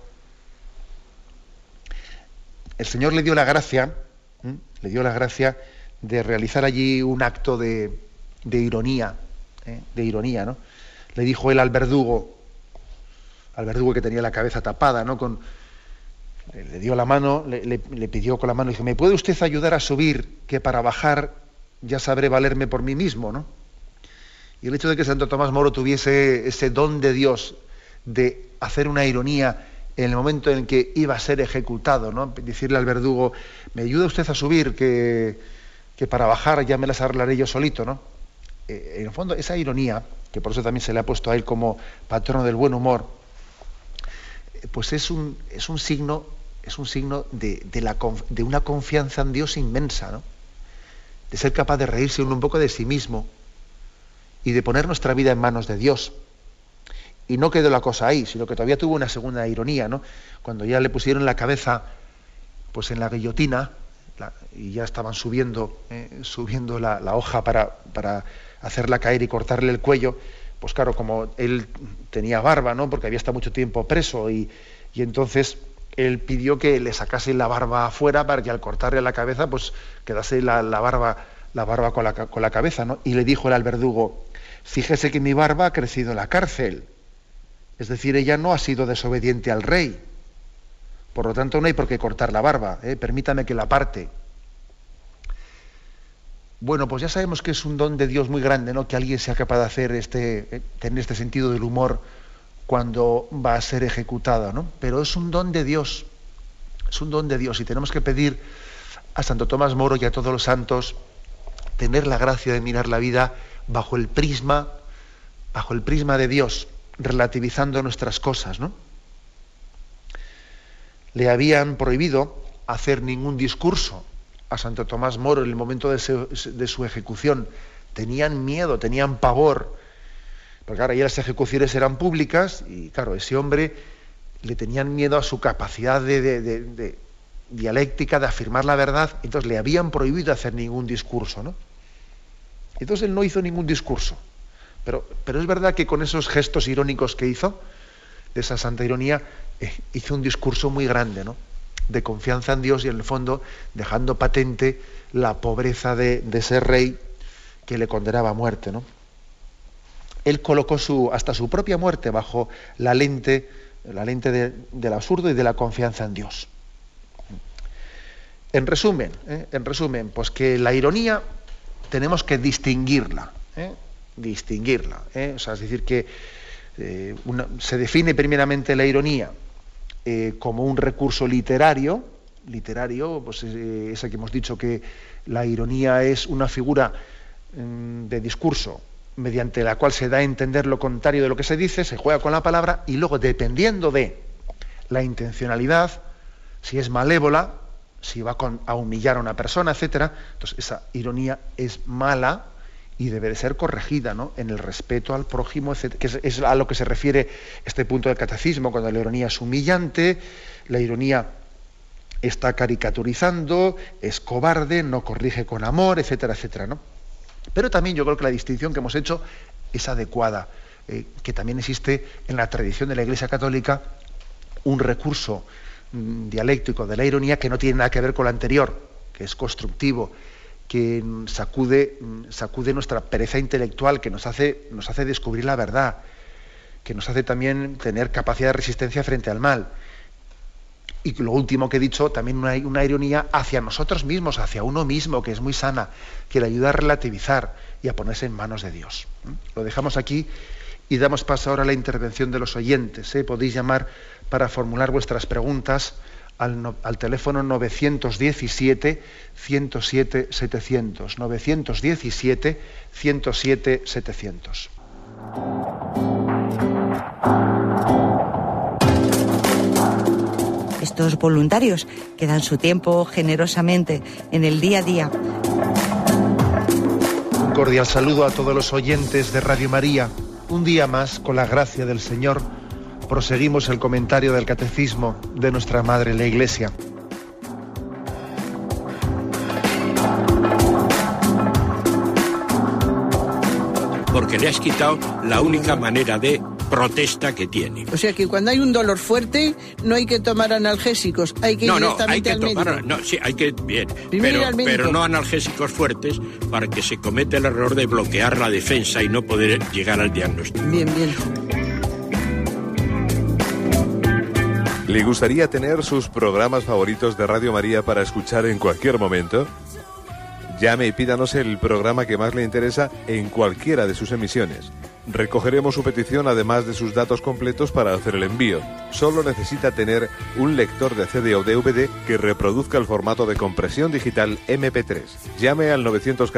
El Señor le dio la gracia de realizar allí un acto de ironía, ¿no? Le dijo él al verdugo que tenía la cabeza tapada, ¿no? Le dio la mano, le pidió con la mano, y dijo: ¿me puede usted ayudar a subir, que para bajar ya sabré valerme por mí mismo, ¿no? Y el hecho de que Santo Tomás Moro tuviese ese don de Dios de hacer una ironía en el momento en que iba a ser ejecutado, ¿no? Decirle al verdugo: ¿me ayuda usted a subir, que para bajar ya me las arreglaré yo solito, ¿no? En el fondo, esa ironía, que por eso también se le ha puesto a él como patrono del buen humor, pues es un signo de una confianza en Dios inmensa, ¿no? De ser capaz de reírse un poco de sí mismo y de poner nuestra vida en manos de Dios. Y no quedó la cosa ahí, sino que todavía tuvo una segunda ironía, ¿no? Cuando ya le pusieron la cabeza pues en la guillotina, y ya estaban subiendo la hoja para hacerla caer y cortarle el cuello, pues claro, como él tenía barba, ¿no? Porque había estado mucho tiempo preso, y entonces él pidió que le sacase la barba afuera para que al cortarle la cabeza pues quedase la barba con la cabeza, ¿no? Y le dijo él al verdugo: fíjese que mi barba ha crecido en la cárcel. Es decir, ella no ha sido desobediente al rey. Por lo tanto, no hay por qué cortar la barba, permítame que la parte. Bueno, pues ya sabemos que es un don de Dios muy grande, ¿no? Que alguien sea capaz de hacer tener este sentido del humor cuando va a ser ejecutado, ¿no? Pero es un don de Dios, y tenemos que pedir a Santo Tomás Moro y a todos los santos tener la gracia de mirar la vida bajo el prisma de Dios, relativizando nuestras cosas, ¿no? Le habían prohibido hacer ningún discurso a Santo Tomás Moro en el momento de su ejecución. Tenían miedo, tenían pavor, porque ahora ya las ejecuciones eran públicas, y claro, ese hombre le tenían miedo a su capacidad de dialéctica, de afirmar la verdad. Entonces le habían prohibido hacer ningún discurso, ¿no? Entonces él no hizo ningún discurso, pero es verdad que con esos gestos irónicos que hizo, de esa santa ironía, hizo un discurso muy grande, ¿no? De confianza en Dios, y en el fondo dejando patente la pobreza de ese rey que le condenaba a muerte, ¿no? Él colocó hasta su propia muerte bajo la lente del absurdo y de la confianza en Dios. En resumen, pues que la ironía tenemos que distinguirla. O sea, es decir, que se define primeramente la ironía como un recurso literario, pues esa que hemos dicho, que la ironía es una figura de discurso mediante la cual se da a entender lo contrario de lo que se dice, se juega con la palabra, y luego, dependiendo de la intencionalidad, si es malévola, si va a humillar a una persona, etcétera, entonces esa ironía es mala y debe de ser corregida, ¿no? En el respeto al prójimo, etcétera, que es a lo que se refiere este punto del catecismo, cuando la ironía es humillante, la ironía está caricaturizando, es cobarde, no corrige con amor, etcétera, etcétera, ¿no? Pero también yo creo que la distinción que hemos hecho es adecuada, que también existe en la tradición de la Iglesia Católica un recurso dialéctico de la ironía que no tiene nada que ver con lo anterior, que es constructivo, que sacude nuestra pereza intelectual, que nos hace descubrir la verdad, que nos hace también tener capacidad de resistencia frente al mal. Y lo último que he dicho, también una ironía hacia nosotros mismos, hacia uno mismo, que es muy sana, que le ayuda a relativizar y a ponerse en manos de Dios. Lo dejamos aquí y damos paso ahora a la intervención de los oyentes. Podéis llamar para formular vuestras preguntas al teléfono 917-107-700. 917-107-700. estos voluntarios que dan su tiempo generosamente en el día a día. Un cordial saludo a todos los oyentes de Radio María. Un día más, con la gracia del Señor, proseguimos el comentario del Catecismo de nuestra Madre la Iglesia. Porque le has quitado la única manera de protesta que tiene. O sea que cuando hay un dolor fuerte no hay que tomar analgésicos, hay que ir directamente al médico. Sí, hay que, bien, pero no analgésicos fuertes para que se cometa el error de bloquear la defensa y no poder llegar al diagnóstico. Bien. ¿Le gustaría tener sus programas favoritos de Radio María para escuchar en cualquier momento? Llame y pídanos el programa que más le interesa en cualquiera de sus emisiones. Recogeremos su petición además de sus datos completos para hacer el envío. Solo necesita tener un lector de CD o DVD que reproduzca el formato de compresión digital MP3. Llame al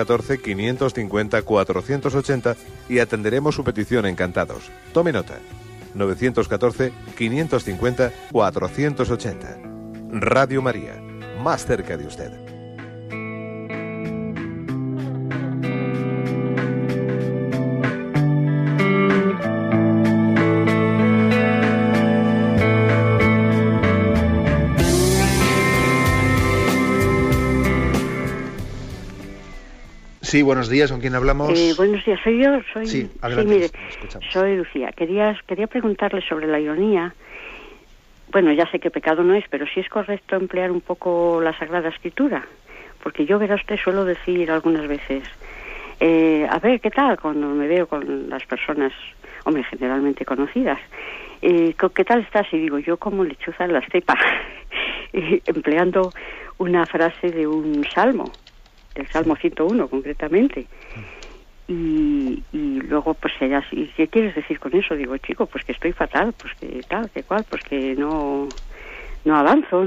914-550-480 y atenderemos su petición encantados. Tome nota. 914-550-480. Radio María, más cerca de usted. Sí, buenos días, ¿con quién hablamos? Buenos días, soy yo. Sí, adelante, sí, mire, soy Lucía. Quería preguntarle sobre la ironía. Bueno, ya sé que pecado no es, pero sí es correcto emplear un poco la Sagrada Escritura. Porque yo, verá usted, suelo decir algunas veces, a ver, ¿qué tal? Cuando me veo con las personas, hombre, generalmente conocidas, ¿qué tal estás? Y digo, yo como lechuza en la estepa, empleando una frase de un salmo. El Salmo 101 concretamente, y luego pues ella, ¿y qué quieres decir con eso? Digo, chico, pues que estoy fatal, pues que tal, que cual, pues que no avanzo,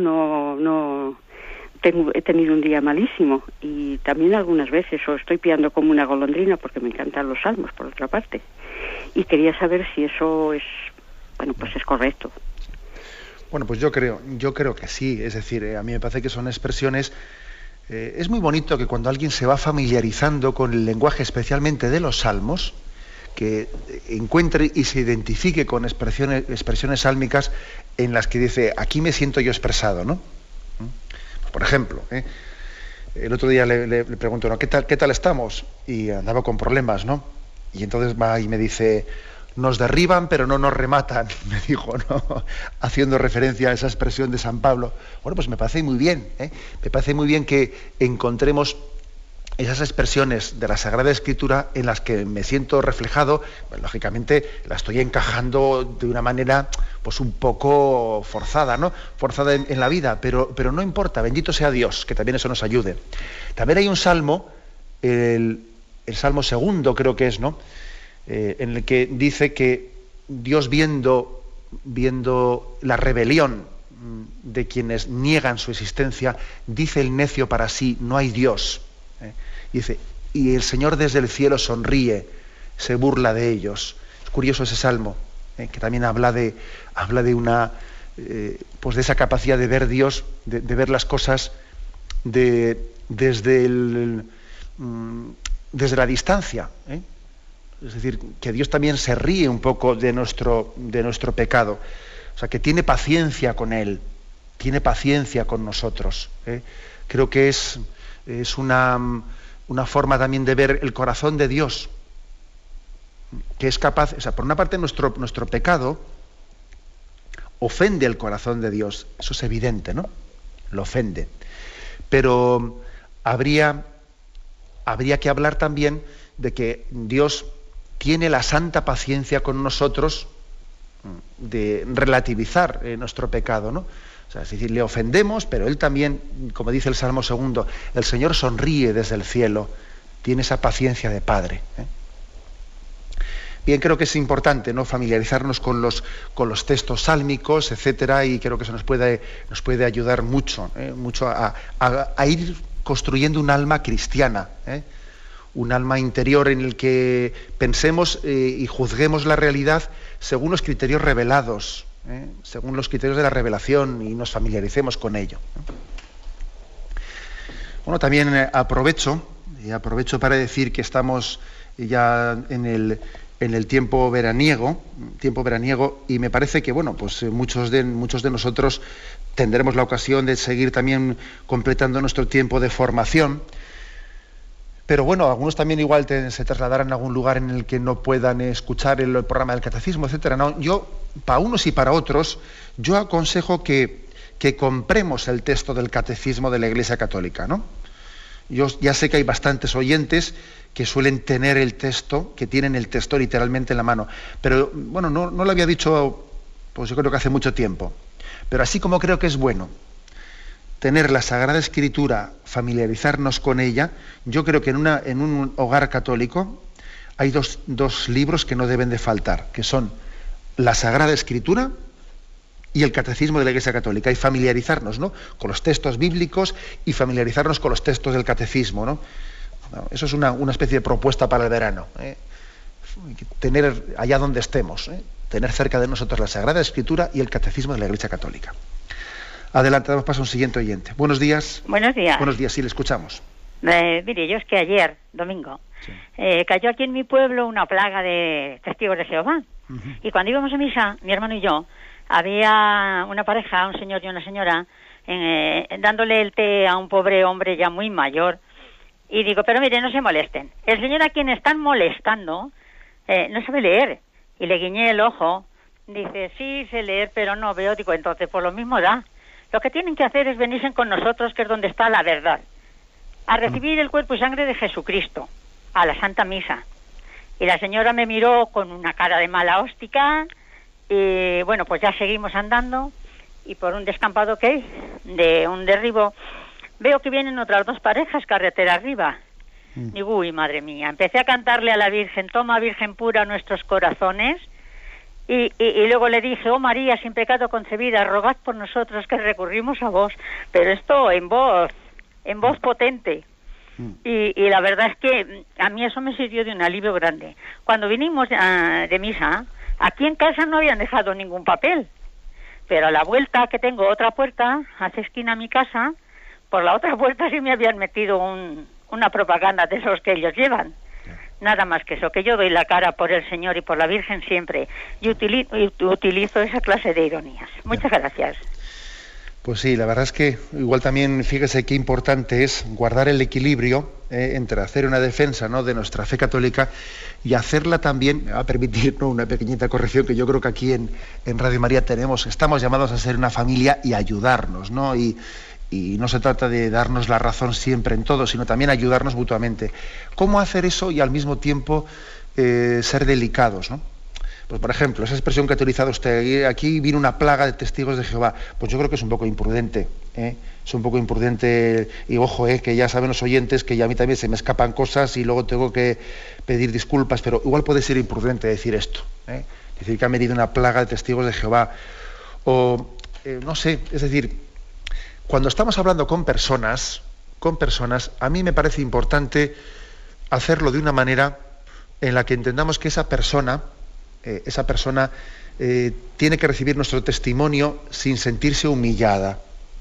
he tenido un día malísimo, y también algunas veces o estoy piando como una golondrina porque me encantan los salmos, por otra parte, y quería saber si eso es, bueno, pues es correcto. Bueno, pues yo creo que sí, es decir, a mí me parece que son expresiones. Es muy bonito que cuando alguien se va familiarizando con el lenguaje, especialmente de los salmos, que encuentre y se identifique con expresiones sálmicas en las que dice, aquí me siento yo expresado, ¿no? Por ejemplo, el otro día le pregunto, ¿no? ¿Qué tal estamos? Y andaba con problemas, ¿no? Y entonces va y me dice, nos derriban pero no nos rematan, me dijo, ¿no? Haciendo referencia a esa expresión de San Pablo. Bueno, pues me parece muy bien, me parece muy bien que encontremos esas expresiones de la Sagrada Escritura en las que me siento reflejado. Pues, lógicamente la estoy encajando de una manera pues un poco forzada, ¿no? Forzada en la vida, pero no importa, bendito sea Dios, que también eso nos ayude. También hay un salmo, el Salmo 2 creo que es, ¿no? En el que dice que Dios viendo la rebelión de quienes niegan su existencia, dice el necio para sí, no hay Dios. Dice, y el Señor desde el cielo sonríe, se burla de ellos. Es curioso ese salmo, que también habla de una pues de esa capacidad de ver Dios, de ver las cosas desde la distancia, Es decir, que Dios también se ríe un poco de nuestro pecado. O sea, que tiene paciencia con él, tiene paciencia con nosotros. Creo que es una forma también de ver el corazón de Dios, que es capaz, o sea, por una parte nuestro pecado ofende el corazón de Dios, eso es evidente, ¿no? Lo ofende. Pero habría que hablar también de que Dios tiene la santa paciencia con nosotros de relativizar nuestro pecado, ¿no? O sea, es decir, le ofendemos, pero Él también, como dice el Salmo 2, el Señor sonríe desde el cielo, tiene esa paciencia de Padre. Bien, creo que es importante, ¿no?, familiarizarnos con los textos sálmicos, etcétera, y creo que eso nos puede ayudar mucho a ir construyendo un alma cristiana, un alma interior en el que pensemos y juzguemos la realidad según los criterios revelados según los criterios de la revelación, y nos familiaricemos con ello. Bueno, también aprovecho para decir que estamos ya en el tiempo veraniego, y me parece que pues muchos de nosotros tendremos la ocasión de seguir también completando nuestro tiempo de formación. Pero bueno, algunos también igual se trasladarán a algún lugar en el que no puedan escuchar el programa del catecismo, etcétera. No, yo, para unos y para otros, yo aconsejo que compremos el texto del catecismo de la Iglesia Católica, ¿no? Yo ya sé que hay bastantes oyentes que suelen tener el texto, que tienen el texto literalmente en la mano. Pero bueno, no lo había dicho, pues yo creo que hace mucho tiempo. Pero así como creo que es bueno tener la Sagrada Escritura, familiarizarnos con ella, yo creo que en un hogar católico hay dos libros que no deben de faltar, que son la Sagrada Escritura y el Catecismo de la Iglesia Católica, y familiarizarnos, ¿no?, con los textos bíblicos y familiarizarnos con los textos del Catecismo, ¿no? Eso es una especie de propuesta para el verano, tener allá donde estemos, tener cerca de nosotros la Sagrada Escritura y el Catecismo de la Iglesia Católica. Adelante, damos paso a un siguiente oyente. Buenos días. Buenos días. Buenos días, sí, le escuchamos. Mire, yo es que ayer, domingo, cayó aquí en mi pueblo una plaga de testigos de Jehová. Uh-huh. Y cuando íbamos a misa, mi hermano y yo, había una pareja, un señor y una señora, dándole el té a un pobre hombre ya muy mayor. Y digo, pero mire, no se molesten. El señor a quien están molestando no sabe leer. Y le guiñé el ojo. Dice, sí, sé leer, pero no veo. Digo, entonces, por lo mismo da. Lo que tienen que hacer es venirse con nosotros, que es donde está la verdad, a recibir el cuerpo y sangre de Jesucristo, a la Santa Misa. Y la señora me miró con una cara de mala hóstica, y bueno, pues ya seguimos andando, y por un descampado que hay, de un derribo, veo que vienen otras dos parejas carretera arriba. Digo, uy, madre mía, empecé a cantarle a la Virgen, toma Virgen pura nuestros corazones. Y luego le dije, oh María, sin pecado concebida, rogad por nosotros que recurrimos a vos. Pero esto en voz potente. Y la verdad es que a mí eso me sirvió de un alivio grande. Cuando vinimos de misa, aquí en casa no habían dejado ningún papel. Pero a la vuelta, que tengo otra puerta, hace esquina a mi casa, por la otra puerta sí me habían metido una propaganda de esos que ellos llevan. Nada más que eso, que yo doy la cara por el Señor y por la Virgen siempre, y utilizo esa clase de ironías. Muchas gracias. Pues sí, la verdad es que igual también, fíjese qué importante es guardar el equilibrio entre hacer una defensa, ¿no?, de nuestra fe católica y hacerla también, me va a permitir, ¿no?, una pequeñita corrección, que yo creo que aquí en Radio María estamos llamados a ser una familia y ayudarnos, ¿no? Y no se trata de darnos la razón siempre en todo, sino también ayudarnos mutuamente. ¿Cómo hacer eso y al mismo tiempo ser delicados, ¿no? Pues por ejemplo, esa expresión que ha utilizado usted, aquí vino una plaga de testigos de Jehová, pues yo creo que es un poco imprudente, es un poco imprudente, y ojo, que ya saben los oyentes que ya a mí también se me escapan cosas y luego tengo que pedir disculpas, pero igual puede ser imprudente decir esto, decir que ha venido una plaga de testigos de Jehová, o no sé, es decir, cuando estamos hablando con personas, a mí me parece importante hacerlo de una manera en la que entendamos que esa persona tiene que recibir nuestro testimonio sin sentirse humillada.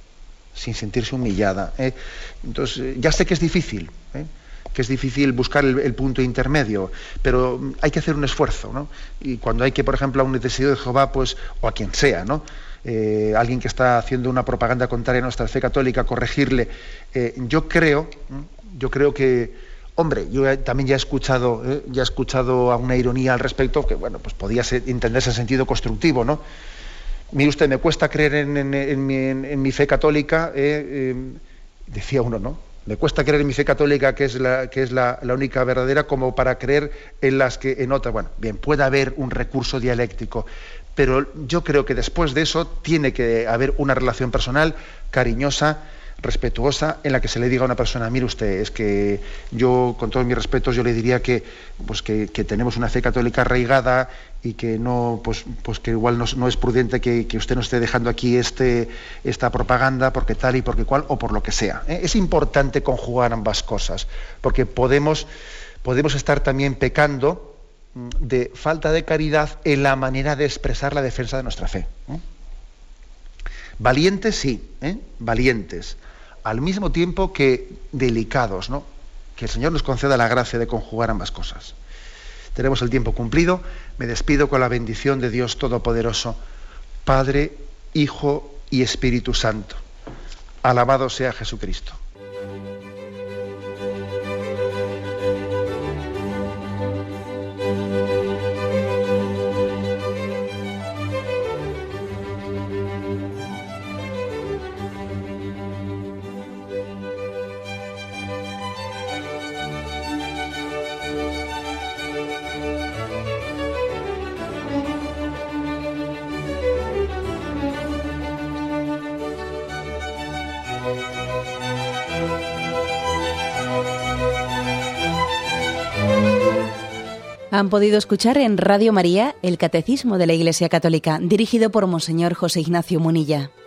Entonces, ya sé que es difícil, buscar el punto intermedio, pero hay que hacer un esfuerzo, ¿no? Y cuando hay que, por ejemplo, a un testigo de Jehová, pues, o a quien sea, ¿no?, alguien que está haciendo una propaganda contraria a nuestra fe católica, corregirle, yo creo que, hombre, yo también ya he escuchado a una ironía al respecto, que bueno, pues podía entenderse en sentido constructivo, ¿no? Mire usted, me cuesta creer en mi fe católica, decía uno, ¿no? Me cuesta creer en mi fe católica, que es la única verdadera, como para creer en las que en otras. Bueno, bien, puede haber un recurso dialéctico, pero yo creo que después de eso tiene que haber una relación personal, cariñosa, respetuosa, en la que se le diga a una persona, mire usted, es que yo, con todos mis respetos, yo le diría que tenemos una fe católica arraigada y que no, pues que igual no es prudente que usted no esté dejando aquí esta propaganda porque tal y porque cual, o por lo que sea. Es importante conjugar ambas cosas, porque podemos estar también pecando de falta de caridad en la manera de expresar la defensa de nuestra fe. Valientes, sí, valientes, al mismo tiempo que delicados, ¿no? Que el Señor nos conceda la gracia de conjugar ambas cosas. Tenemos el tiempo cumplido. Me despido con la bendición de Dios Todopoderoso, Padre, Hijo y Espíritu Santo. Alabado sea Jesucristo. Han podido escuchar en Radio María el Catecismo de la Iglesia Católica, dirigido por Monseñor José Ignacio Munilla.